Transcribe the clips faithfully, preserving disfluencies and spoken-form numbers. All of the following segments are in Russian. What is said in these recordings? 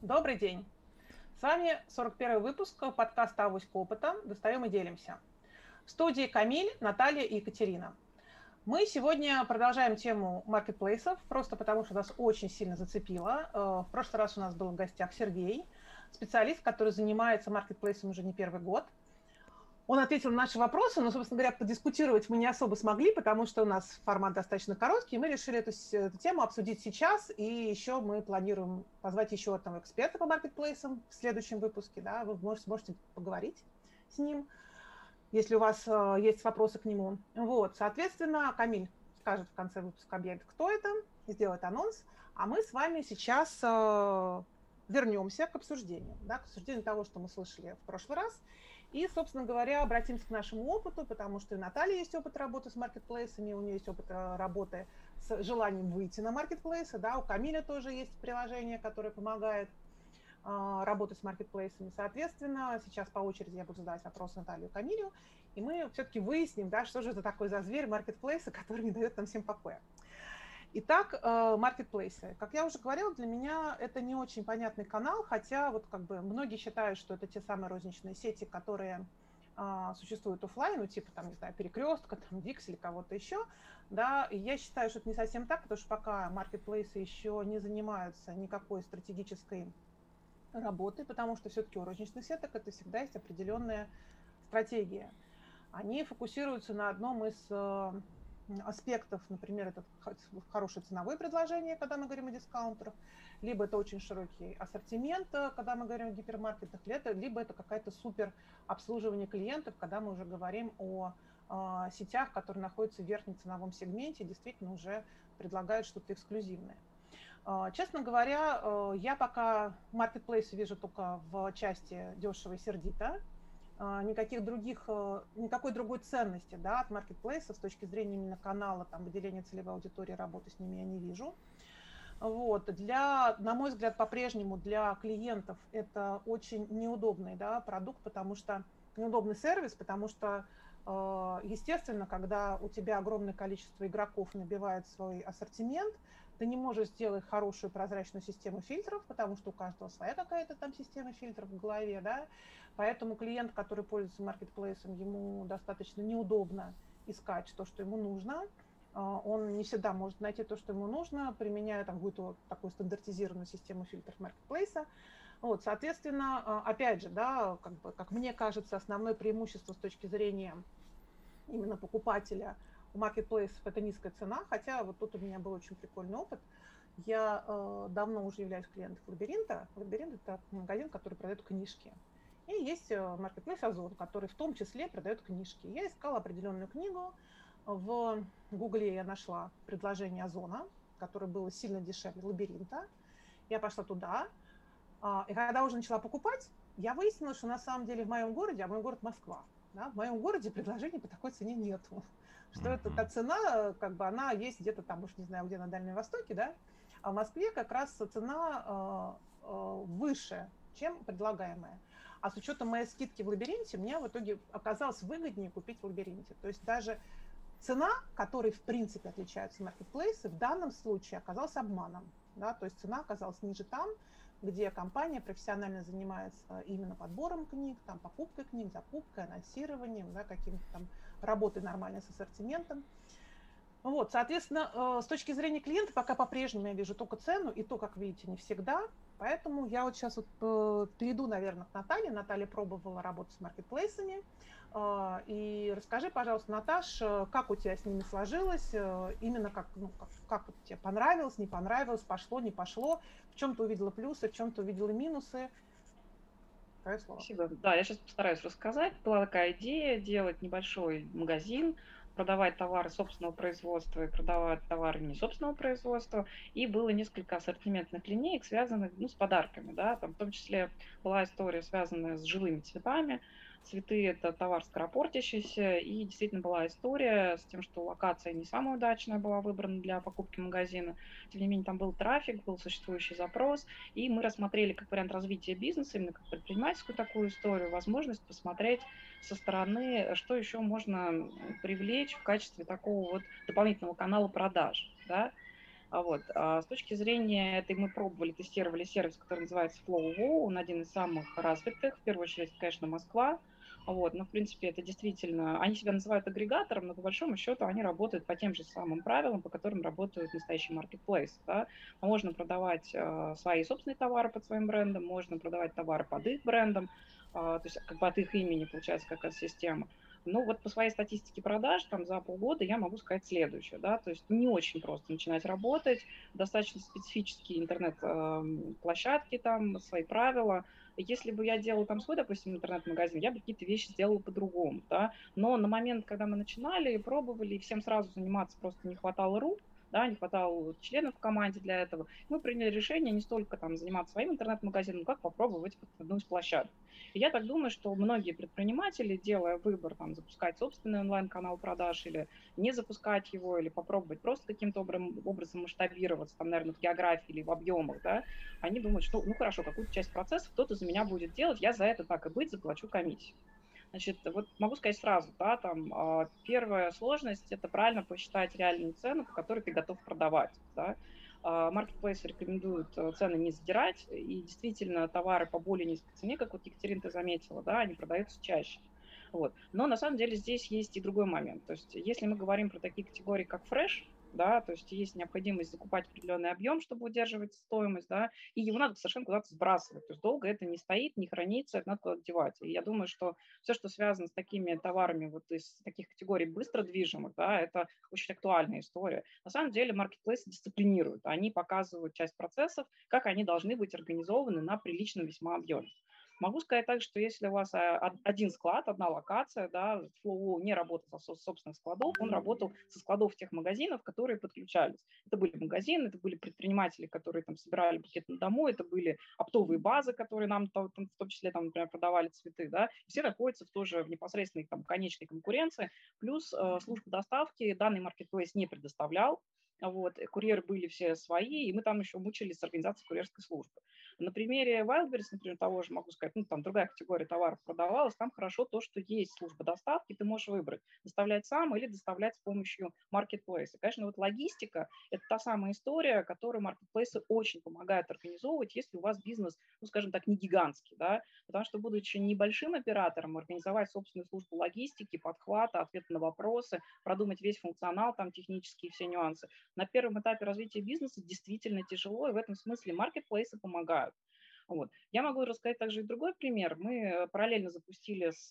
Добрый день! С вами сорок первый выпуск подкаста «Авоська опыта. Достаем и делимся». В студии Камиль, Наталья и Екатерина. Мы сегодня продолжаем тему маркетплейсов, просто потому что нас очень сильно зацепило. В прошлый раз у нас был в гостях Сергей, специалист, который занимается маркетплейсом уже не первый год. Он ответил на наши вопросы, но, собственно говоря, подискутировать мы не особо смогли, потому что у нас формат достаточно короткий, и мы решили эту, эту тему обсудить сейчас, и еще мы планируем позвать еще одного эксперта по маркетплейсам в следующем выпуске, да, вы можете, сможете поговорить с ним, если у вас э, есть вопросы к нему. Вот, соответственно, Камиль скажет в конце выпуска, объявит, кто это, сделает анонс, а мы с вами сейчас э, вернемся к обсуждению, да, к обсуждению того, что мы слышали в прошлый раз. И, собственно говоря, обратимся к нашему опыту, потому что у Натальи есть опыт работы с маркетплейсами, у нее есть опыт работы с желанием выйти на маркетплейсы, да, у Камиля тоже есть приложение, которое помогает э, работать с маркетплейсами. Соответственно, сейчас по очереди я буду задавать вопросы Наталье и Камилю, и мы все-таки выясним, да, что же это такой за зверь маркетплейса, который не дает нам всем покоя. Итак, маркетплейсы. Как я уже говорила, для меня это не очень понятный канал, хотя вот как бы многие считают, что это те самые розничные сети, которые а, существуют офлайн, ну типа там, не знаю, Перекрестка, там Викс или кого-то еще, да, и я считаю, что это не совсем так, потому что пока маркетплейсы еще не занимаются никакой стратегической работой, потому что все-таки у розничных сеток это всегда есть определенная стратегия. Они фокусируются на одном из аспектов, например, это хорошее ценовое предложение, когда мы говорим о дискаунтерах, либо это очень широкий ассортимент, когда мы говорим о гипермаркетах, либо это какая-то супер обслуживание клиентов, когда мы уже говорим о э, сетях, которые находятся в верхнем ценовом сегменте, действительно уже предлагают что-то эксклюзивное. Э, честно говоря, э, я пока маркетплейсы вижу только в части дешево и сердито. Никаких других, никакой другой ценности, да, от маркетплейса с точки зрения именно канала, там, выделения целевой аудитории, работы с ними я не вижу. Вот. Для, на мой взгляд, по-прежнему для клиентов это очень неудобный, да, продукт, потому что неудобный сервис, потому что, естественно, когда у тебя огромное количество игроков набивает свой ассортимент, ты не можешь сделать хорошую прозрачную систему фильтров, потому что у каждого своя какая-то там система фильтров в голове, да, поэтому клиент, который пользуется маркетплейсом, ему достаточно неудобно искать то, что ему нужно, он не всегда может найти то, что ему нужно, применяя там какую-то такую стандартизированную систему фильтров маркетплейса. Вот, соответственно, опять же, да, как бы, как мне кажется, основное преимущество с точки зрения именно покупателя у маркетплейсов это низкая цена, хотя вот тут у меня был очень прикольный опыт. Я э, давно уже являюсь клиентом Лабиринта. Лабиринт – это магазин, который продает книжки. И есть маркетплейс Озон, который в том числе продает книжки. Я искала определенную книгу. В Гугле я нашла предложение Озона, которое было сильно дешевле Лабиринта. Я пошла туда. И когда уже начала покупать, я выяснила, что на самом деле в моем городе, а мой город Москва, да, в моем городе предложений по такой цене нету. Что uh-huh. это та цена, как бы она есть где-то там, уж не знаю, где на Дальнем Востоке, да, а в Москве как раз цена э, э, выше, чем предлагаемая. А с учетом моей скидки в Лабиринте, мне в итоге оказалось выгоднее купить в Лабиринте. То есть даже цена, которой в принципе отличаются маркетплейсы, в данном случае оказалась обманом. Да, то есть цена оказалась ниже там, где компания профессионально занимается именно подбором книг, там, покупкой книг, закупкой, анонсированием, да, каким-то там работой нормально с ассортиментом. Вот, соответственно, с точки зрения клиента пока по-прежнему я вижу только цену, и то, как видите, не всегда. Поэтому я вот сейчас вот перейду, наверное, к Наталье. Наталья пробовала работать с маркетплейсами. И расскажи, пожалуйста, Наташ, как у тебя с ними сложилось, именно как, ну, как, как вот тебе понравилось, не понравилось, пошло, не пошло, в чем ты увидела плюсы, в чем ты увидела минусы. Твое слово. Спасибо. Да, я сейчас постараюсь рассказать. Была такая идея делать небольшой магазин, продавать товары собственного производства и продавать товары не собственного производства. И было несколько ассортиментных линеек, связанных, ну, с подарками. Да? Там, в том числе была история, связанная с живыми цветами. Цветы – это товар скоропортящийся. И действительно была история с тем, что локация не самая удачная была выбрана для покупки магазина. Тем не менее, там был трафик, был существующий запрос. И мы рассмотрели как вариант развития бизнеса, именно как предпринимательскую такую историю, возможность посмотреть со стороны, что еще можно привлечь в качестве такого вот дополнительного канала продаж. Да? А вот, а с точки зрения этой мы пробовали, тестировали сервис, который называется Flowwo, он один из самых развитых, в первую очередь, конечно, Москва. Вот, но, в принципе, это действительно, они себя называют агрегатором, но по большому счету они работают по тем же самым правилам, по которым работают настоящие маркетплейсы. Да? Можно продавать э, свои собственные товары под своим брендом, можно продавать товары под их брендом, э, то есть как бы от их имени получается какая система. Ну, вот по своей статистике продаж там за полгода я могу сказать следующее, да, то есть не очень просто начинать работать, достаточно специфические интернет-площадки там, свои правила. Если бы я делала там свой, допустим, интернет-магазин, я бы какие-то вещи сделала по-другому, да, но на момент, когда мы начинали, пробовали, и всем сразу заниматься просто не хватало рук, да, не хватало членов в команде для этого, мы приняли решение не столько там заниматься своим интернет-магазином, как попробовать одну из площадок. И я так думаю, что многие предприниматели, делая выбор, там, запускать собственный онлайн-канал продаж или не запускать его, или попробовать просто каким-то образом, образом масштабироваться, там, наверное, в географии или в объемах, да, они думают, что, ну, хорошо, какую-то часть процессов кто-то за меня будет делать, я за это так и быть заплачу комиссию. Значит, вот могу сказать сразу, да, там, а, первая сложность – это правильно посчитать реальную цену, по которой ты готов продавать, да. А, маркетплейсы рекомендуют э, цены не задирать, и действительно товары по более низкой цене, как вот Екатерина ты заметила, да, они продаются чаще. Вот. Но на самом деле здесь есть и другой момент. То есть если мы говорим про такие категории, как фреш, да, то есть есть необходимость закупать определенный объем, чтобы удерживать стоимость, да, и его надо совершенно куда-то сбрасывать. То есть долго это не стоит, не хранится, это надо куда-то девать. И я думаю, что все, что связано с такими товарами вот из таких категорий быстро движимых, да, это очень актуальная история. На самом деле маркетплейсы дисциплинируют, они показывают часть процессов, как они должны быть организованы на приличном весьма объеме. Могу сказать так, что если у вас а, один склад, одна локация, да, Flow не работал со собственных складов, он работал со складов тех магазинов, которые подключались. Это были магазины, это были предприниматели, которые там собирали букет на дому, это были оптовые базы, которые нам там, в том числе там, например, продавали цветы, да, все находятся в тоже в непосредственной там конечной конкуренции, плюс э, служба доставки данный маркетплейс не предоставлял. Вот, курьеры были все свои, и мы там еще мучились с организацией курьерской службы. На примере Wildberries, например, того же могу сказать, ну, там другая категория товаров продавалась, там хорошо то, что есть служба доставки, ты можешь выбрать, доставлять сам или доставлять с помощью маркетплейса. Конечно, вот логистика – это та самая история, которую маркетплейсы очень помогают организовывать, если у вас бизнес, ну, скажем так, не гигантский, да, потому что, будучи небольшим оператором, организовать собственную службу логистики, подхвата, ответа на вопросы, продумать весь функционал, там, технические все нюансы, на первом этапе развития бизнеса действительно тяжело, и в этом смысле маркетплейсы помогают. Вот. Я могу рассказать также и другой пример. Мы параллельно запустили с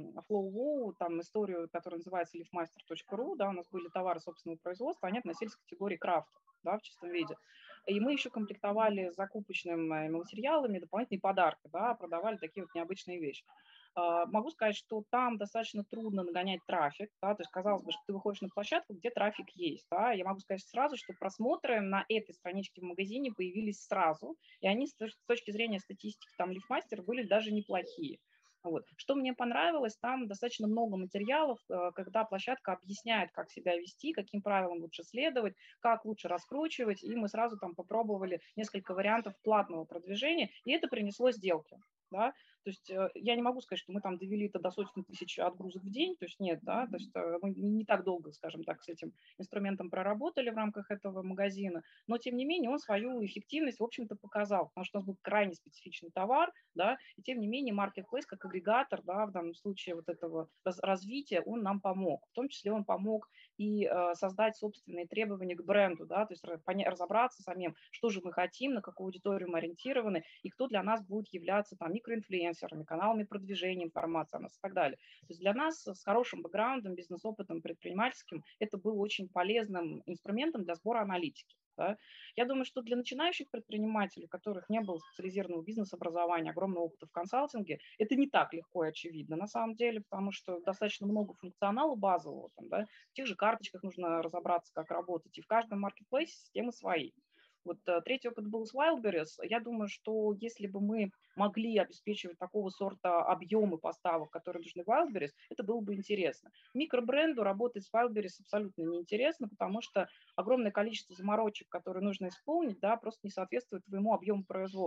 Flowwo там историю, которая называется leafmaster точка ру. Да, у нас были товары собственного производства, они относились к категории крафта, да, в чистом виде. И мы еще комплектовали закупочными материалами дополнительные подарки, да, продавали такие вот необычные вещи. Могу сказать, что там достаточно трудно нагонять трафик, да, то есть казалось бы, что ты выходишь на площадку, где трафик есть, да, я могу сказать сразу, что просмотры на этой страничке в магазине появились сразу, и они с точки зрения статистики там Leafmaster были даже неплохие. Вот. Что мне понравилось, там достаточно много материалов, когда площадка объясняет, как себя вести, каким правилам лучше следовать, как лучше раскручивать, и мы сразу там попробовали несколько вариантов платного продвижения, и это принесло сделки. Да? То есть я не могу сказать, что мы там довели это до сотен тысяч отгрузок в день, то есть нет, да, то есть мы не так долго, скажем так, с этим инструментом проработали в рамках этого магазина, но тем не менее он свою эффективность, в общем-то, показал, потому что у нас был крайне специфичный товар, да, и тем не менее маркетплейс как агрегатор, да, в данном случае вот этого развития, он нам помог, в том числе он помог и э, создать собственные требования к бренду, да, то есть разобраться самим, что же мы хотим, на какую аудиторию мы ориентированы, и кто для нас будет являться там микроинфлюенсерами, каналами продвижения информации о нас и так далее. То есть для нас с хорошим бэкграундом, бизнес-опытом предпринимательским это был очень полезным инструментом для сбора аналитики. Да. Я думаю, что для начинающих предпринимателей, у которых не было специализированного бизнес-образования, огромного опыта в консалтинге, это не так легко и очевидно на самом деле, потому что достаточно много функционала базового. Там, да, в тех же карточках нужно разобраться, как работать, и в каждом маркетплейсе системы свои. Вот третий опыт был с Wildberries. Я думаю, что если бы мы могли обеспечивать такого сорта объемы поставок, которые нужны Wildberries, это было бы интересно. Микробренду работать с Wildberries абсолютно неинтересно, потому что огромное количество заморочек, которые нужно исполнить, да, просто не соответствует твоему объему производства.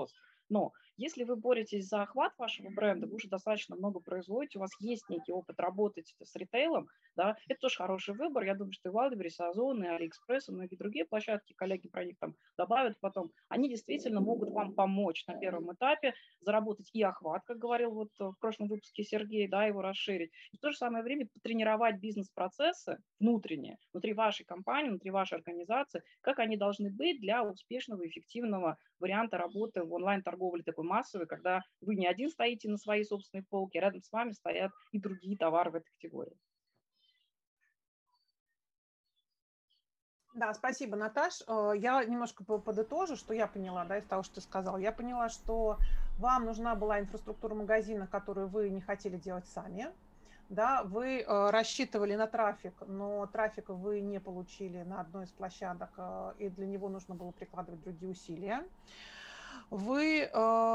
Но если вы боретесь за охват вашего бренда, вы уже достаточно много производите, у вас есть некий опыт работать с ритейлом, да, это тоже хороший выбор. Я думаю, что и Wildberries, и Озон, и AliExpress, и многие другие площадки, коллеги про них там добавят потом, они действительно могут вам помочь на первом этапе заработать и охват, как говорил вот в прошлом выпуске Сергей, да, его расширить, и в то же самое время потренировать бизнес-процессы внутренние, внутри вашей компании, внутри вашей организации, как они должны быть для успешного, эффективного варианта работы в онлайн-торговле такой массовой, когда вы не один стоите на своей собственной полке, а рядом с вами стоят и другие товары в этой категории. Да, спасибо, Наташ. Я немножко подытожу, что я поняла, да, из того, что ты сказал. Я поняла, что вам нужна была инфраструктура магазина, которую вы не хотели делать сами. Да, вы рассчитывали на трафик, но трафика вы не получили на одной из площадок, и для него нужно было прикладывать другие усилия. Вы,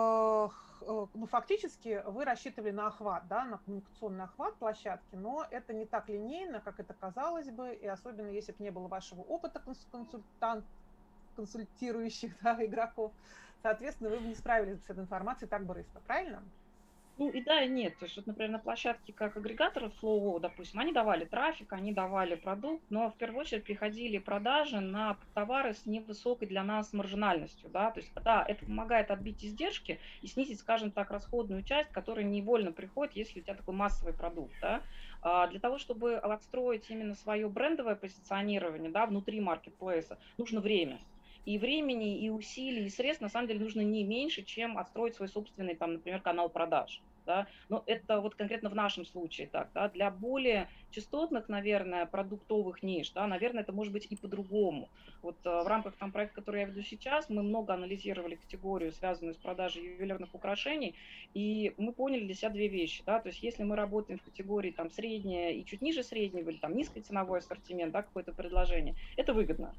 ну, фактически, вы рассчитывали на охват, да, на коммуникационный охват площадки, но это не так линейно, как это казалось бы, и особенно если бы не было вашего опыта консультант, консультирующих, да, игроков, соответственно, вы бы не справились с этой информацией так быстро, правильно? Ну и да, и нет. То есть, вот, например, на площадке как агрегаторы Flow, допустим, они давали трафик, они давали продукт, но в первую очередь приходили продажи на товары с невысокой для нас маржинальностью. Да? То есть, да, это помогает отбить издержки и снизить, скажем так, расходную часть, которая невольно приходит, если у тебя такой массовый продукт. Да? А для того, чтобы отстроить именно свое брендовое позиционирование, да, внутри маркетплейса, нужно время. И времени, и усилий, и средств, на самом деле, нужно не меньше, чем отстроить свой собственный, там, например, канал продаж. Да? Но это вот конкретно в нашем случае так. Да? Для более частотных, наверное, продуктовых ниш, да, наверное, это может быть и по-другому. Вот в рамках там, проекта, который я веду сейчас, мы много анализировали категорию, связанную с продажей ювелирных украшений, и мы поняли для себя две вещи. Да? То есть если мы работаем в категории там, средняя и чуть ниже среднего, или там низкоценовой ассортимент, да, какое-то предложение, это выгодно.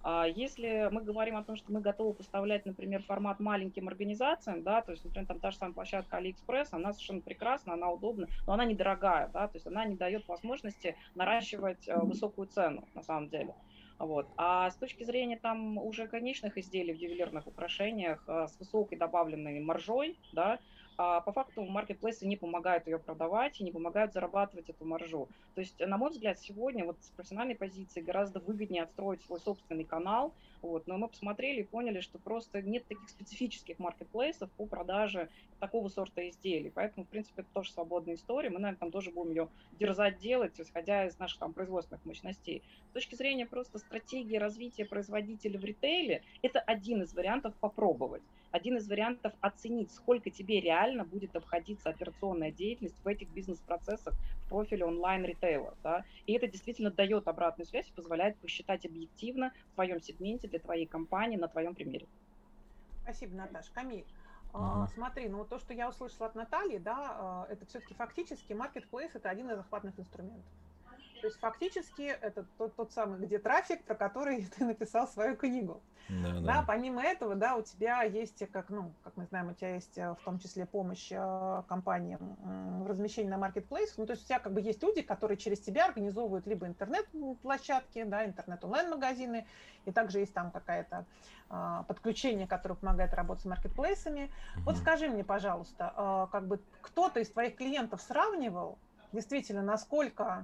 Если мы говорим о том, что мы готовы поставлять, например, формат маленьким организациям, да, то есть, например, там та же самая площадка AliExpress, она совершенно прекрасна, она удобна, но она недорогая, да, то есть она не дает возможности наращивать высокую цену, на самом деле. Вот. А с точки зрения там уже конечных изделий в ювелирных украшениях с высокой добавленной маржой, да, по факту маркетплейсы не помогают ее продавать и не помогают зарабатывать эту маржу. То есть, на мой взгляд, сегодня вот с профессиональной позиции гораздо выгоднее отстроить свой собственный канал. Вот. Но мы посмотрели и поняли, что просто нет таких специфических маркетплейсов по продаже такого сорта изделий. Поэтому, в принципе, это тоже свободная история. Мы, наверное, там тоже будем ее дерзать делать, исходя из наших там производственных мощностей. С точки зрения просто стратегии развития производителя в ритейле, это один из вариантов попробовать. Один из вариантов оценить, сколько тебе реально будет обходиться операционная деятельность в этих бизнес-процессах в профиле онлайн-ритейла. Да? И это действительно дает обратную связь и позволяет посчитать объективно в твоем сегменте для твоей компании на твоем примере. Спасибо, Наташа. Камиль, uh-huh. смотри, ну то, что я услышала от Натальи, да, это все-таки фактически маркетплейс – это один из захватных инструментов. То есть фактически это тот, тот самый, где трафик, про который ты написал свою книгу. Да, да, да. Помимо этого, да, у тебя есть, как, ну, как мы знаем, у тебя есть в том числе помощь компаниям в размещении на маркетплейсах. Ну, то есть у тебя как бы есть люди, которые через тебя организовывают либо интернет-площадки, да, интернет-онлайн-магазины, и также есть там какое-то а, подключение, которое помогает работать с маркетплейсами. Uh-huh. Вот скажи мне, пожалуйста, а, как бы кто-то из твоих клиентов сравнивал действительно, насколько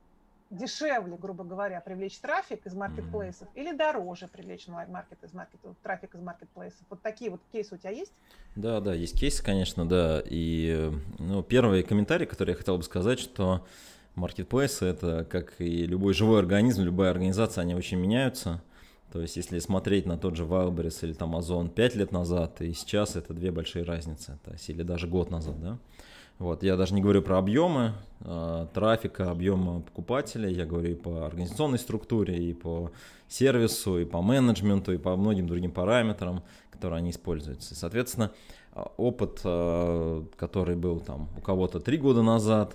дешевле, грубо говоря, привлечь трафик из маркетплейсов mm-hmm. или дороже привлечь маркет из маркет, трафик из маркетплейсов? Вот такие вот кейсы у тебя есть? Да, да, есть кейсы, конечно, да. И ну, первый комментарий, который я хотел бы сказать, что маркетплейсы – это как и любой живой организм, любая организация, они очень меняются. То есть, если смотреть на тот же Wildberries или там Озон пять лет назад и сейчас, это две большие разницы, то есть, или даже год назад, да. Вот, я даже не говорю про объемы э, трафика, объема покупателей, я говорю и по организационной структуре, и по сервису, и по менеджменту, и по многим другим параметрам, которые они используются. Соответственно, опыт, э, который был там у кого-то три года назад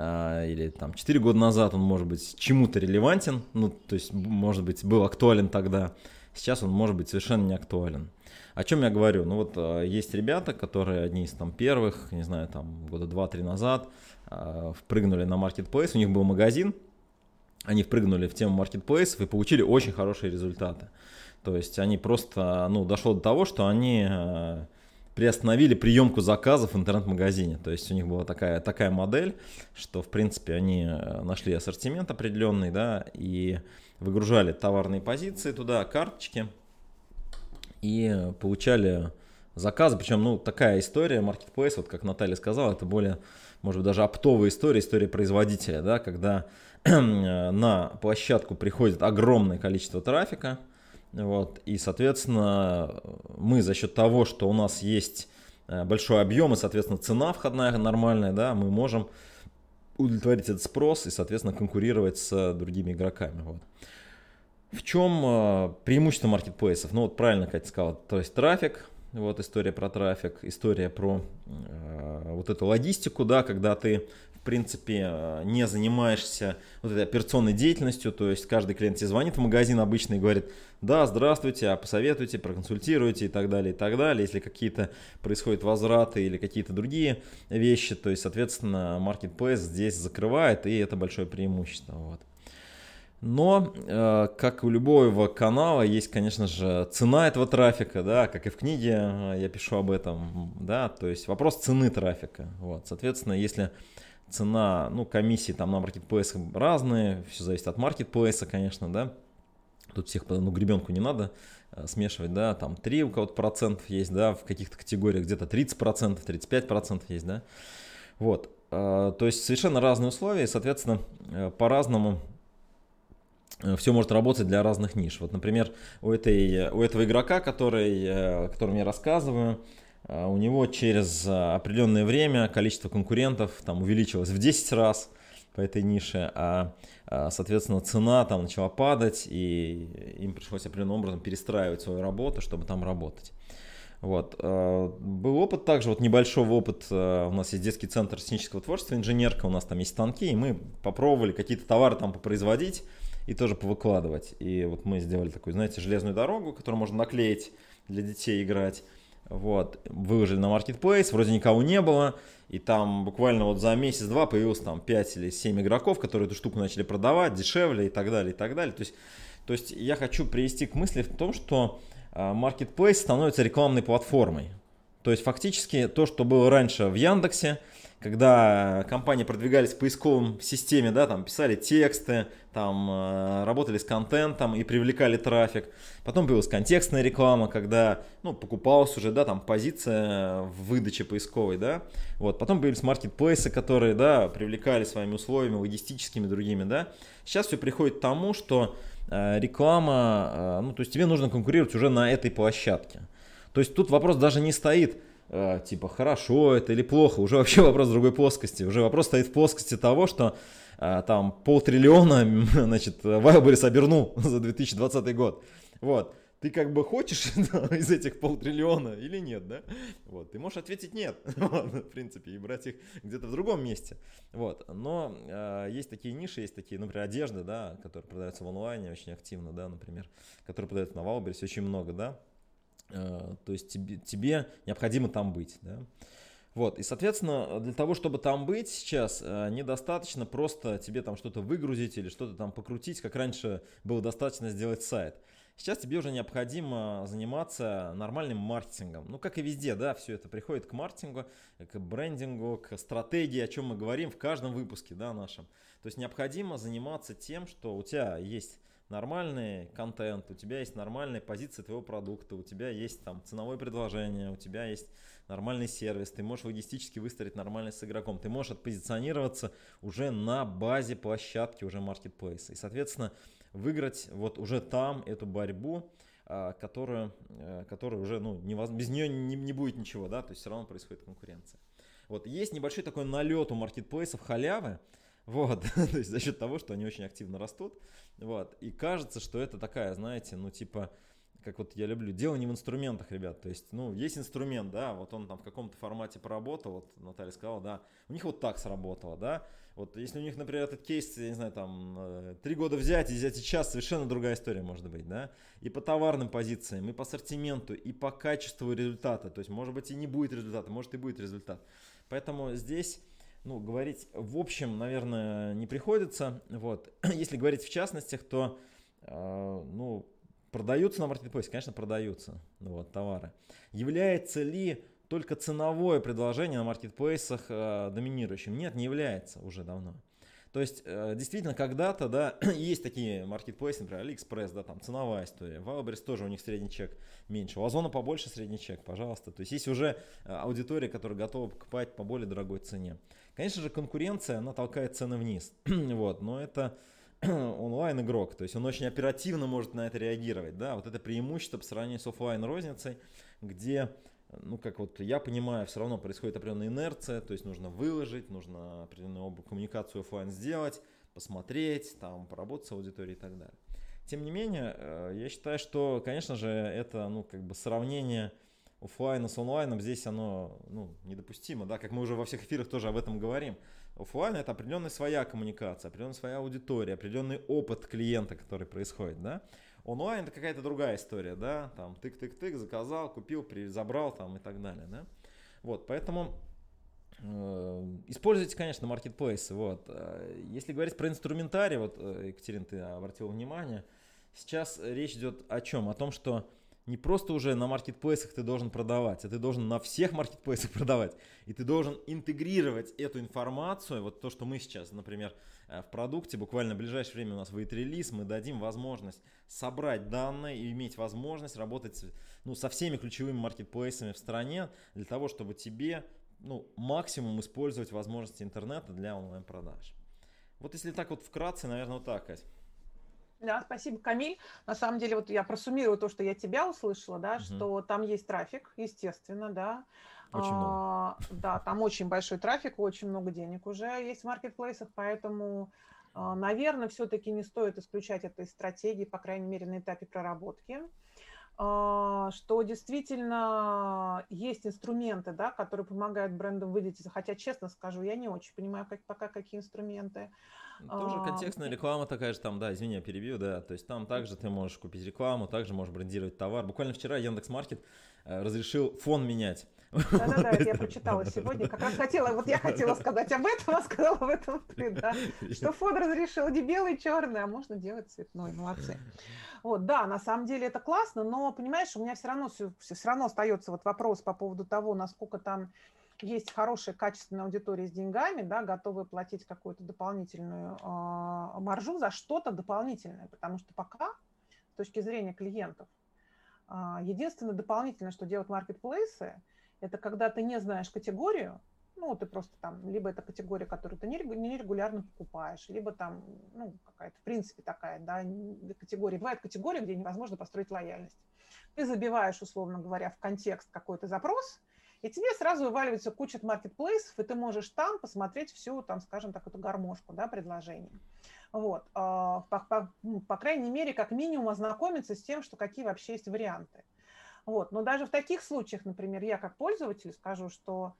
э, или там четыре года назад, он может быть чему-то релевантен, ну, то есть, может быть, был актуален тогда, сейчас он может быть совершенно не актуален. О чем я говорю? Ну вот э, есть ребята, которые одни из там первых, не знаю, там года два-три назад э, впрыгнули на маркетплейс, у них был магазин, они впрыгнули в тему маркетплейсов и получили очень хорошие результаты. То есть они просто, ну, дошло до того, что они э, приостановили приемку заказов в интернет-магазине. То есть у них была такая, такая модель, что, в принципе, они нашли ассортимент определенный, да, и выгружали товарные позиции туда, карточки, и получали заказы. Причем, ну, такая история, Marketplace, вот как Наталья сказала, это более, может быть, даже оптовая история, история производителя, да, когда на площадку приходит огромное количество трафика, вот, и, соответственно, мы за счет того, что у нас есть большой объем и, соответственно, цена входная нормальная, да, мы можем удовлетворить этот спрос и, соответственно, конкурировать с другими игроками. Вот. В чем преимущество маркетплейсов? Ну, вот правильно Катя сказала, то есть трафик, вот история про трафик, история про э, вот эту логистику, да, когда ты, в принципе, не занимаешься вот этой операционной деятельностью, то есть каждый клиент тебе звонит в магазин обычно и говорит: да, здравствуйте, а посоветуйте, проконсультируйте и так далее, и так далее. Если какие-то происходят возвраты или какие-то другие вещи, то есть, соответственно, Marketplace здесь закрывает, и это большое преимущество. Вот. Но, э, как у любого канала, есть, конечно же, цена этого трафика, да, как и в книге я пишу об этом, да, то есть вопрос цены трафика. Вот. Соответственно, если цена, ну, комиссии там на маркетплейсах разные, все зависит от маркетплейса, конечно, да, тут всех, ну, гребенку не надо смешивать, да, там три у кого-то процентов есть, да, в каких-то категориях где-то тридцать процентов, тридцать пять процентов есть, да, вот, то есть совершенно разные условия, и, соответственно, по-разному все может работать для разных ниш. Вот, например, у, этой, у этого игрока, который, о котором я рассказываю, у него через определенное время количество конкурентов там увеличилось в десять раз по этой нише, а, соответственно, цена там начала падать, и им пришлось определенным образом перестраивать свою работу, чтобы там работать. Вот. Был опыт также, вот небольшой опыт, у нас есть детский центр сценического творчества, инженерка, у нас там есть станки, и мы попробовали какие-то товары там попроизводить и тоже повыкладывать. И вот мы сделали такую, знаете, железную дорогу, которую можно наклеить для детей играть. Вот. Выложили на Marketplace, вроде никого не было, и там буквально вот за месяц-два появилось там пять или семь игроков, которые эту штуку начали продавать дешевле и так далее, и так далее. То есть, то есть я хочу привести к мысли в том, что Marketplace становится рекламной платформой. То есть фактически то, что было раньше в Яндексе, когда компании продвигались в поисковом системе, да, там писали тексты, там э, работали с контентом и привлекали трафик. Потом появилась контекстная реклама, когда, ну, покупалась уже, да, там позиция в выдаче поисковой, да. Вот. Потом появились маркетплейсы, которые, да, привлекали своими условиями логистическими, другими, да. Сейчас все приходит к тому, что э, реклама, э, ну, то есть тебе нужно конкурировать уже на этой площадке. То есть тут вопрос даже не стоит, э, типа, хорошо это или плохо, уже вообще вопрос в другой плоскости. Уже вопрос стоит в плоскости того, что э, там полтриллиона, значит, Wildberries обернул за две тысячи двадцатый год. Вот. Ты как бы хочешь из этих полтриллиона или нет, да? Вот. Ты можешь ответить нет, в принципе, и брать их где-то в другом месте. Вот. Но э, есть такие ниши, есть такие, например, одежды, да, которые продаются в онлайне очень активно, да, например, которые продаются на Wildberries очень много, да. Э, то есть тебе, тебе необходимо там быть, да. Вот, и, соответственно, для того, чтобы там быть сейчас, недостаточно просто тебе там что-то выгрузить или что-то там покрутить, как раньше было достаточно сделать сайт. Сейчас тебе уже необходимо заниматься нормальным маркетингом. Ну, как и везде, да, все это приходит к маркетингу, к брендингу, к стратегии, о чем мы говорим в каждом выпуске, да, нашем. То есть необходимо заниматься тем, что у тебя есть нормальный контент, у тебя есть нормальная позиция твоего продукта, у тебя есть там ценовое предложение, у тебя есть нормальный сервис, ты можешь логистически выстроить нормально с игроком, ты можешь отпозиционироваться уже на базе площадки, уже маркетплейса. И, соответственно, выиграть вот уже там эту борьбу, которую, которая уже, ну, невозможно, без нее не, не будет ничего, да, то есть все равно происходит конкуренция. Вот, есть небольшой такой налет у маркетплейсов халявы, вот, то есть за счет того, что они очень активно растут, вот, и кажется, что это такая, знаете, ну, типа, как вот я люблю, дело не в инструментах, ребят, то есть, ну, есть инструмент, да, вот он там в каком-то формате поработал, вот Наталья сказала, да, у них вот так сработало, да, вот если у них, например, этот кейс, я не знаю, там, три года взять и взять сейчас, совершенно другая история может быть, да, и по товарным позициям, и по ассортименту, и по качеству результата, то есть, может быть, и не будет результата, может, и будет результат, поэтому здесь... Ну, говорить в общем, наверное, не приходится. Вот. Если говорить в частностях, то э, ну, продаются на маркетплейсе, конечно, продаются вот, товары. Является ли только ценовое предложение на маркетплейсах э, доминирующим. Нет, не является уже давно. То есть, э, действительно, когда-то, да, есть такие маркетплейсы, например, AliExpress, да, там ценовая история. Wildberries тоже у них средний чек меньше. У Озона побольше средний чек, пожалуйста. То есть, есть уже аудитория, которая готова покупать по более дорогой цене. Конечно же, конкуренция, она толкает цены вниз. Вот, но это онлайн-игрок, то есть он очень оперативно может на это реагировать, да, вот это преимущество по сравнению с офлайн-розницей, где, ну, как вот я понимаю, все равно происходит определенная инерция, то есть нужно выложить, нужно определенную коммуникацию офлайн сделать, посмотреть, там, поработать с аудиторией и так далее. Тем не менее, я считаю, что, конечно же, это, ну, как бы сравнение офлайна с онлайном, здесь оно, ну, недопустимо, да, как мы уже во всех эфирах тоже об этом говорим. Офлайн — это определенная своя коммуникация, определенная своя аудитория, определенный опыт клиента, который происходит, да. Онлайн — это какая-то другая история, да, там тык-тык-тык, заказал, купил, забрал там и так далее, да. Вот, поэтому э, используйте, конечно, маркетплейсы, вот. Если говорить про инструментарий, вот, Екатерина, ты обратила внимание, сейчас речь идет о чем? О том, что не просто уже на маркетплейсах ты должен продавать, а ты должен на всех маркетплейсах продавать. И ты должен интегрировать эту информацию, вот то, что мы сейчас, например, в продукте, буквально в ближайшее время у нас выйдет релиз, мы дадим возможность собрать данные и иметь возможность работать, ну, со всеми ключевыми маркетплейсами в стране для того, чтобы тебе, ну, максимум использовать возможности интернета для онлайн-продаж. Вот если так вот вкратце, наверное, вот так, Кать. Да, спасибо, Камиль. На самом деле, вот я просуммирую то, что я тебя услышала, да, угу. что там есть трафик, естественно, да. Очень много. А, да, там очень большой трафик, очень много денег уже есть в маркетплейсах, поэтому, а, наверное, все-таки не стоит исключать этой стратегии, по крайней мере, на этапе проработки. Что действительно есть инструменты, да, которые помогают брендам выделиться. Хотя, честно скажу, я не очень понимаю, как, пока какие инструменты. Тоже контекстная реклама такая же, там, да, извини, я перебью, да, то есть там также ты можешь купить рекламу, также можешь брендировать товар. Буквально вчера Яндекс.Маркет разрешил фон менять. Да-да-да, это я прочитала сегодня. Как раз хотела, вот я хотела сказать об этом, а сказала об этом ты, да. Что фон разрешил не белый, черный, а можно делать цветной. Молодцы. Вот, да, на самом деле это классно, но, понимаешь, у меня все равно, все, все равно остается вот вопрос по поводу того, насколько там есть хорошая, качественная аудитория с деньгами, да, готовые платить какую-то дополнительную э, маржу за что-то дополнительное, потому что пока, с точки зрения клиентов, э, единственное дополнительное, что делают маркетплейсы, это когда ты не знаешь категорию, ну, ты просто там, либо это категория, которую ты нерегулярно покупаешь, либо там, ну, какая-то, в принципе, такая, да, категория. Бывает категория, где невозможно построить лояльность. Ты забиваешь, условно говоря, в контекст какой-то запрос, и тебе сразу вываливается куча маркетплейсов, и ты можешь там посмотреть всю, там, скажем так, эту гармошку, да, предложений. Вот. По, по, по крайней мере, как минимум ознакомиться с тем, что какие вообще есть варианты. Вот. Но даже в таких случаях, например, я как пользователь скажу, что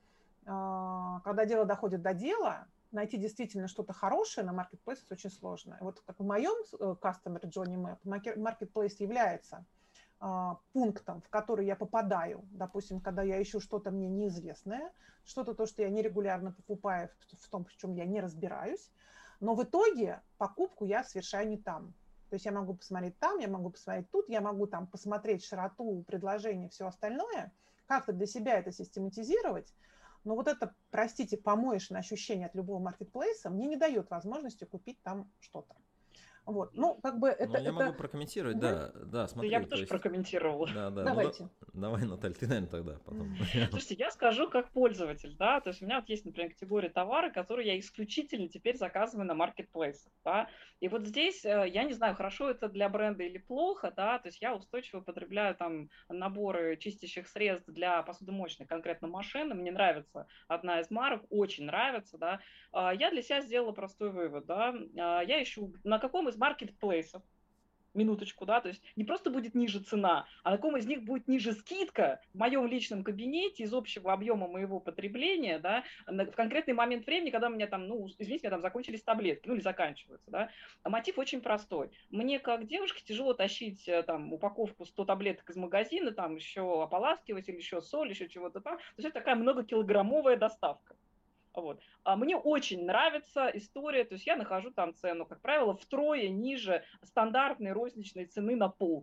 когда дело доходит до дела, найти действительно что-то хорошее на маркетплейсе очень сложно. Вот как в моем customer journey map, marketplace является пунктом, в который я попадаю, допустим, когда я ищу что-то мне неизвестное, что-то то, что я нерегулярно покупаю, в том, в чем я не разбираюсь, но в итоге покупку я совершаю не там. То есть я могу посмотреть там, я могу посмотреть тут, я могу там посмотреть широту предложения, все остальное, как-то для себя это систематизировать. Но вот это, простите, помоечное ощущение от любого маркетплейса мне не дает возможности купить там что-то. Вот. Ну, как бы это... Ну, я это... могу прокомментировать, угу. да, да, смотри. Я бы тоже есть... прокомментировала. Да, да. Давайте. Ну, давай, Наталья, ты, наверное, тогда потом. Слушайте, я скажу как пользователь, да, то есть у меня вот есть, например, категория товара, которые я исключительно теперь заказываю на маркетплейсах, да, и вот здесь, я не знаю, хорошо это для бренда или плохо, да, то есть я устойчиво потребляю там наборы чистящих средств для посудомоечной конкретно машины, мне нравится одна из марок, очень нравится, да, я для себя сделала простой вывод, да, я ищу, на каком из маркетплейсов, минуточку, да, то есть не просто будет ниже цена, а на каком из них будет ниже скидка в моем личном кабинете из общего объема моего потребления, да, в конкретный момент времени, когда у меня там, ну, извините, меня там закончились таблетки, ну, или заканчиваются, да. А мотив очень простой. Мне, как девушке, тяжело тащить там упаковку сто таблеток из магазина, там еще ополаскиватель, еще соль, еще чего-то там. То есть это такая многокилограммовая доставка. Вот. А мне очень нравится история, то есть я нахожу там цену, как правило, втрое ниже стандартной розничной цены на полке.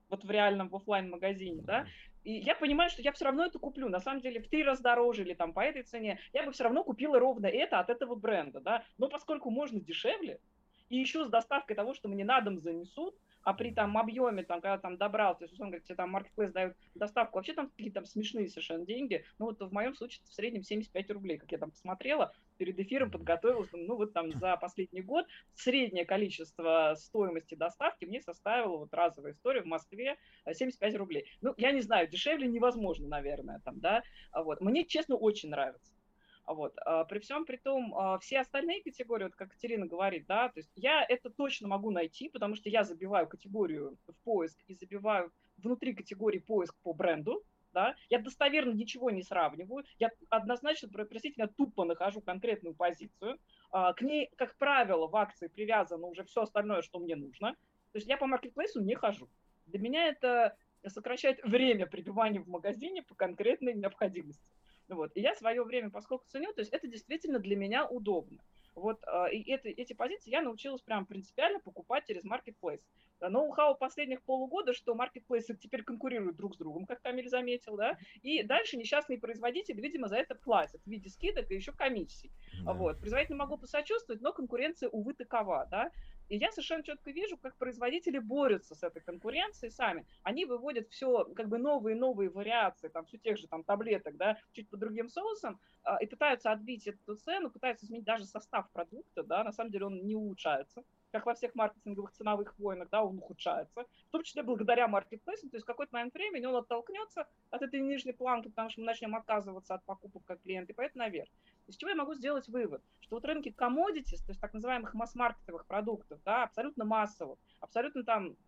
вот в реальном, в офлайн-магазине, да, и я понимаю, что я все равно это куплю, на самом деле в три раза дороже или там по этой цене, я бы все равно купила ровно это от этого бренда, да, но поскольку можно дешевле, и еще с доставкой того, что мне на дом занесут, а при там объеме, там, когда там добрал, то есть, условно говоря, тебе там Marketplace дают доставку, вообще там какие-то там смешные совершенно деньги, ну вот в моем случае в среднем семьдесят пять рублей, как я там посмотрела, перед эфиром подготовилась, ну вот там за последний год среднее количество стоимости доставки мне составило вот разовая история в Москве семьдесят пять рублей. Ну, я не знаю, дешевле невозможно, наверное, там, да, вот. Мне, честно, очень нравится. Вот. При всем при том, все остальные категории, вот как Катерина говорит, да, то есть я это точно могу найти, потому что я забиваю категорию в поиск и забиваю внутри категории поиск по бренду, да, я достоверно ничего не сравниваю, я однозначно, простите меня, тупо нахожу конкретную позицию, к ней, как правило, в акции привязано уже все остальное, что мне нужно, то есть я по маркетплейсу не хожу. Для меня это сокращает время пребывания в магазине по конкретной необходимости. Вот. И я свое время, поскольку ценю, то есть это действительно для меня удобно. Вот, и это, эти позиции я научилась прям принципиально покупать через Marketplace. Ноу-хау последних полугода, что маркетплейсы теперь конкурируют друг с другом, как Камиль заметил, да, и дальше несчастные производители, видимо, за это платят в виде скидок и еще комиссий. Да. Вот. Производителю могу посочувствовать, но конкуренция, увы, такова, да. И я совершенно четко вижу, как производители борются с этой конкуренцией сами. Они выводят все, как бы новые и новые вариации, там, все тех же там таблеток, да, чуть по другим соусам, а, и пытаются отбить эту цену, пытаются изменить даже состав продукта, да, на самом деле он не улучшается, как во всех маркетинговых ценовых войнах, да, он ухудшается, в том числе благодаря маркетплейсу, то есть в какой-то момент времени он оттолкнется от этой нижней планки, потому что мы начнем отказываться от покупок как клиенты, и пойдет наверх. Из чего я могу сделать вывод? Что вот рынки commodities, то есть так называемых масс-маркетовых продуктов, да, абсолютно массовых, абсолютно там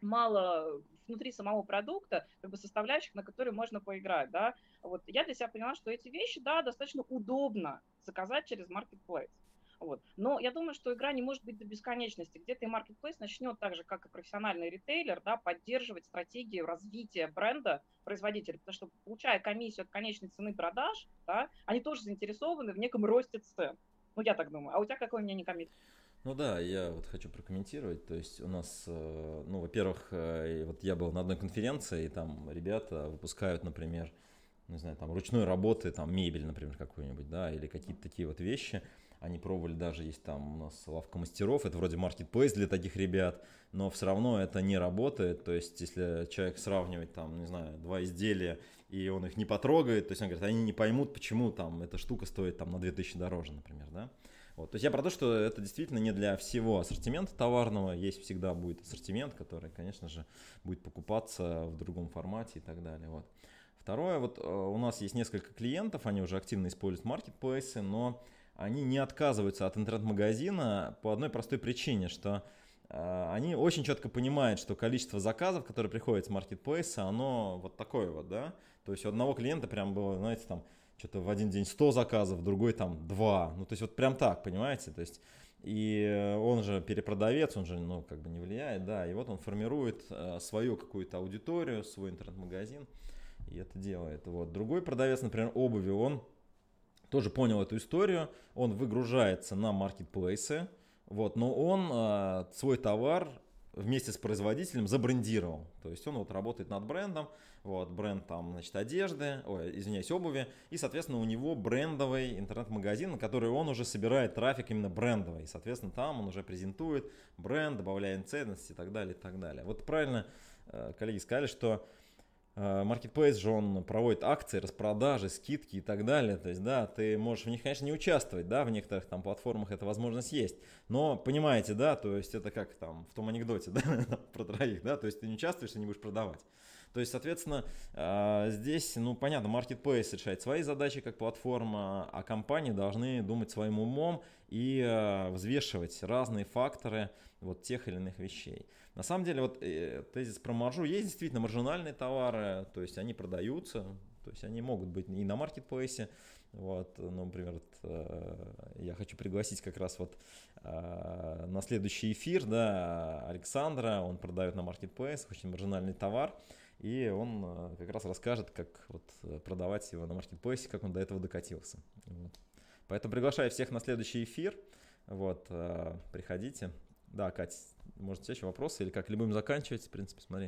мало внутри самого продукта, как бы составляющих, на которые можно поиграть, да. Вот я для себя поняла, что эти вещи, да, достаточно удобно заказать через Marketplace. Вот. Но я думаю, что игра не может быть до бесконечности. Где-то и Marketplace начнет так же, как и профессиональный ритейлер, да, поддерживать стратегию развития бренда производителя, потому что, получая комиссию от конечной цены продаж, да, они тоже заинтересованы в неком росте цен. Ну, я так думаю. А у тебя какой мнение, Камиль? Ну да, я вот хочу прокомментировать. То есть у нас, ну, во-первых, вот я был на одной конференции, и там ребята выпускают, например, не знаю, там ручной работы, там мебель, например, какую-нибудь, да, или какие-то такие вот вещи. Они пробовали, даже есть там у нас лавка мастеров, это вроде маркетплейс для таких ребят, но все равно это не работает. То есть если человек сравнивает там, не знаю, два изделия, и он их не потрогает, то есть он говорит, они не поймут, почему там эта штука стоит там на две тысячи дороже, например, да. Вот. То есть я про то, что это действительно не для всего ассортимента товарного, есть всегда будет ассортимент, который, конечно же, будет покупаться в другом формате и так далее. Вот. Второе, вот у нас есть несколько клиентов, они уже активно используют маркетплейсы, но они не отказываются от интернет-магазина по одной простой причине, что э, они очень четко понимают, что количество заказов, которые приходят с маркетплейса, оно вот такое вот, да. То есть у одного клиента прям было, знаете, там что-то в один день сто заказов, в другой там два. Ну, то есть вот прям так, понимаете, то есть и он же перепродавец, он же, ну, как бы не влияет, да, и вот он формирует э, свою какую-то аудиторию, свой интернет-магазин, и это делает. Вот. Другой продавец, например, обуви, он тоже понял эту историю, он выгружается на маркетплейсы, вот, но он э, свой товар вместе с производителем забрендировал. То есть он вот работает над брендом, вот, бренд там, значит, одежды, ой, извиняюсь, обуви, и, соответственно, у него брендовый интернет-магазин, на который он уже собирает трафик именно брендовый. И, соответственно, там он уже презентует бренд, добавляет ценности и так далее, и так далее. Вот правильно э, коллеги сказали, что Marketplace же он проводит акции, распродажи, скидки и так далее. То есть, да, ты можешь в них, конечно, не участвовать, да, в некоторых там платформах эта возможность есть. Но, понимаете, да, то есть это как там в том анекдоте, да, про троих, да, то есть ты не участвуешь и не будешь продавать. То есть, соответственно, здесь, ну, понятно, Marketplace решает свои задачи как платформа, а компании должны думать своим умом и взвешивать разные факторы вот тех или иных вещей. На самом деле, вот тезис про маржу, есть действительно маржинальные товары, то есть они продаются, то есть они могут быть и на маркетплейсе. Вот, ну, например, вот, я хочу пригласить как раз вот на следующий эфир, да, Александра, он продает на маркетплейс очень маржинальный товар. И он как раз расскажет, как вот продавать его на маркетплейсе, как он до этого докатился. Вот. Поэтому приглашаю всех на следующий эфир. Вот, приходите. Да, Кать, может, у тебя еще вопросы? Или как, или будем заканчивать? В принципе, смотри.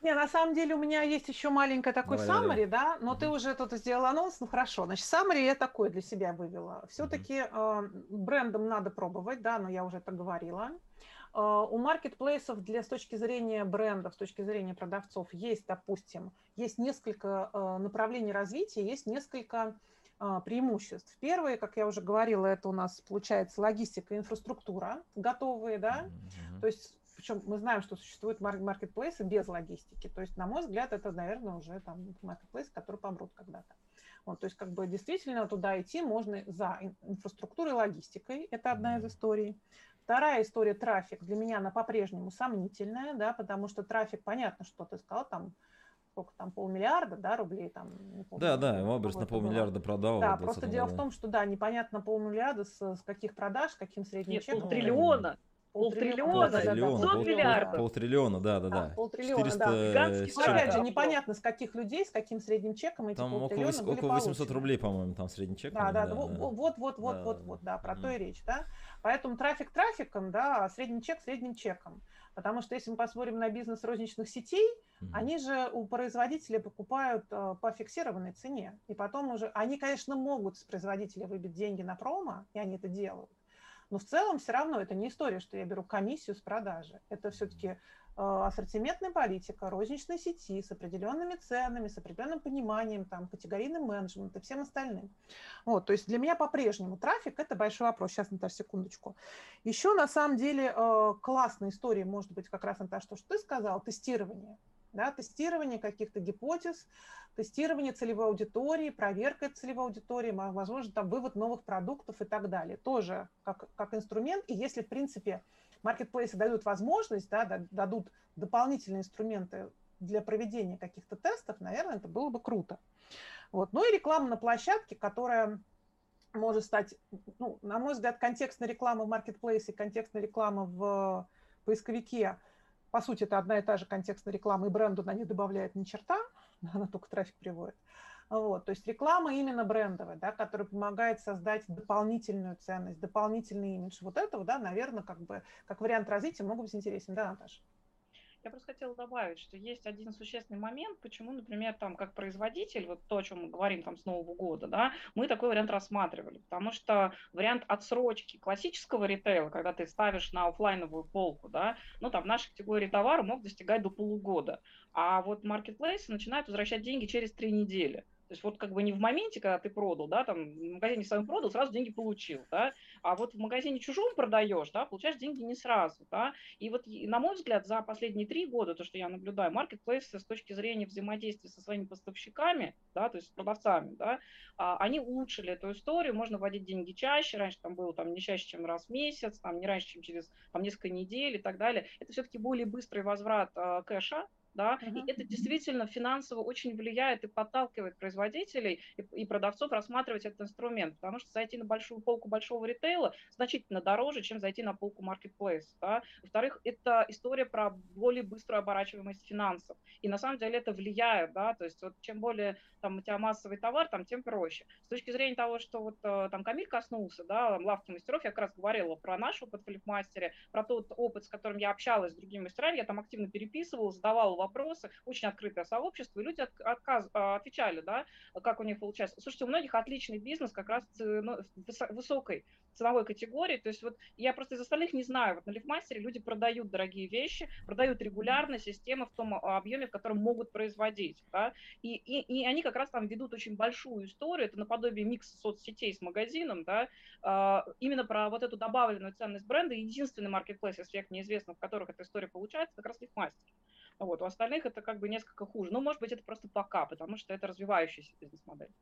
Не, на самом деле у меня есть еще маленькое такой Давай, давай, summary, давай. да, но Мгм. ты уже тут сделал анонс, ну хорошо. Значит, summary я такой для себя вывела. Все-таки э, брендом надо пробовать, да, но я уже это говорила. Э, у маркетплейсов для, с точки зрения брендов, с точки зрения продавцов есть, допустим, есть несколько э, направлений развития, есть несколько э, преимуществ. Первое, как я уже говорила, это у нас получается логистика и инфраструктура готовые, да, Мгм. то есть причем мы знаем, что существуют маркетплейсы без логистики. То есть, на мой взгляд, это, наверное, уже там маркетплейсы, которые помрут когда-то. Вот, то есть, как бы действительно туда идти можно за инфраструктурой и логистикой. Это одна из историй. Вторая история – трафик. Для меня она по-прежнему сомнительная, да, потому что трафик, понятно, что ты сказал, там сколько там, полмиллиарда, да, рублей, там, не помню, Да, да, Ваберс кого на это было. полмиллиарда продал Да, в просто двадцатом дело в году. том, что, да, непонятно полмиллиарда с, с каких продаж, с каким средним Нет, чеком. полтриллиона. Полтриллиона, да, да, да, Полтриллиона, Полтриллиона, пятьсот полтриллиона, полтр- да. миллиардов. полтриллиона, да, да, Да, да. полтриллиона, да. четыреста Гигантский с Но опять чем-то. же, объем. непонятно, с каких людей, с каким средним чеком эти Там около, полтриллиона вось- были около восемьсот получены. рублей, по-моему, там средний чек у Да, них, да, да, вот, да. вот, вот, вот, Да, вот, вот, да, про то мгм. и речь, да. Поэтому трафик трафиком, да, а средний чек средним чеком. Потому что если мы посмотрим на бизнес розничных сетей, Мгм. они же у производителя покупают э, по фиксированной цене. И потом уже, они, конечно, могут с производителя выбить деньги на промо, и они это делают. Но в целом все равно это не история, что я беру комиссию с продажи. Это все-таки ассортиментная политика розничной сети с определенными ценами, с определенным пониманием, там, категорийным менеджментом и всем остальным. Вот, то есть для меня по-прежнему трафик – это большой вопрос. Сейчас, Наташа, секундочку. Еще, на самом деле, классная история, может быть, как раз, Наташа, то, что ты сказал, тестирование. Да, тестирование каких-то гипотез, тестирование целевой аудитории, проверка целевой аудитории, возможно, там вывод новых продуктов и так далее. Тоже как, как инструмент. И если, в принципе, маркетплейсы дают возможность, да, дадут дополнительные инструменты для проведения каких-то тестов, наверное, это было бы круто. Вот. Ну и реклама на площадке, которая может стать, ну, на мой взгляд, контекстная реклама в маркетплейсе, контекстная реклама в поисковике, по сути, это одна и та же контекстная реклама, и бренду на них добавляет ни черта, она только трафик приводит. Вот, то есть реклама именно брендовая, да, которая помогает создать дополнительную ценность, дополнительный имидж. Вот этого, да, наверное, как бы как вариант развития могут быть интересен. Да, Наташа? Я просто хотела добавить, что есть один существенный момент, почему, например, там, как производитель, вот то, о чем мы говорим там с Нового года, да, мы такой вариант рассматривали, потому что вариант отсрочки классического ритейла, когда ты ставишь на офлайновую полку, да, ну, там, в нашей категории товара мог достигать до полугода, а вот маркетплейсы начинают возвращать деньги через три недели. То есть вот как бы не в моменте, когда ты продал, да, там в магазине своем продал, сразу деньги получил, да, а вот в магазине чужом продаешь, да, получаешь деньги не сразу, да, и вот, на мой взгляд, за последние три года, то, что я наблюдаю, маркетплейсы с точки зрения взаимодействия со своими поставщиками, да, то есть с продавцами, да, они улучшили эту историю, можно вводить деньги чаще, раньше там было там, не чаще, чем раз в месяц, там, не раньше, чем через там, несколько недель и так далее. Это все-таки более быстрый возврат э, кэша, да, uh-huh. И это действительно финансово очень влияет и подталкивает производителей и, и продавцов рассматривать этот инструмент, потому что зайти на большую полку большого ритейла значительно дороже, чем зайти на полку маркетплейса. Да. Во-вторых, это история про более быструю оборачиваемость финансов, и на самом деле это влияет, да, то есть вот чем более там у тебя массовый товар, там тем проще. С точки зрения того, что вот там Камиль коснулся, да, лавки мастеров, я как раз говорила про наш опыт в Флипмастере, про тот опыт, с которым я общалась с другими мастерами, я там активно переписывала, задавала вопросы, очень открытое сообщество, и люди отказ, отвечали, да, как у них получается. Слушайте, у многих отличный бизнес как раз в высокой ценовой категории, то есть вот я просто из остальных не знаю, вот на Лифмастере люди продают дорогие вещи, продают регулярно системы в том объеме, в котором могут производить, да, и, и, и они как раз там ведут очень большую историю, это наподобие микса соцсетей с магазином, да, именно про вот эту добавленную ценность бренда. Единственный маркетплейс из всех неизвестных, в которых эта история получается, как раз Лифмастер. Вот, у остальных это как бы несколько хуже. Ну, может быть, это просто пока, потому что это развивающаяся бизнес-модель.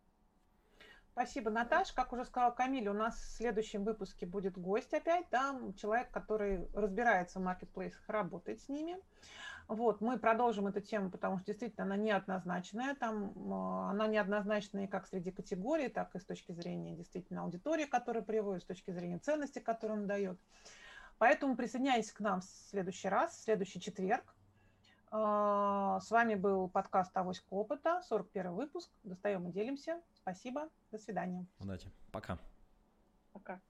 Спасибо, Наташа. Как уже сказала Камиль, у нас в следующем выпуске будет гость опять, да, человек, который разбирается в маркетплейсах, работает с ними. Вот, мы продолжим эту тему, потому что действительно она неоднозначная. Там, она неоднозначная как среди категорий, так и с точки зрения действительно аудитории, которая приводит, с точки зрения ценности, которую он дает. Поэтому присоединяйтесь к нам в следующий раз, в следующий четверг. С вами был подкаст «Авоська опыта», сорок первый выпуск. Достаем и делимся. Спасибо. До свидания. Удачи. Пока. Пока.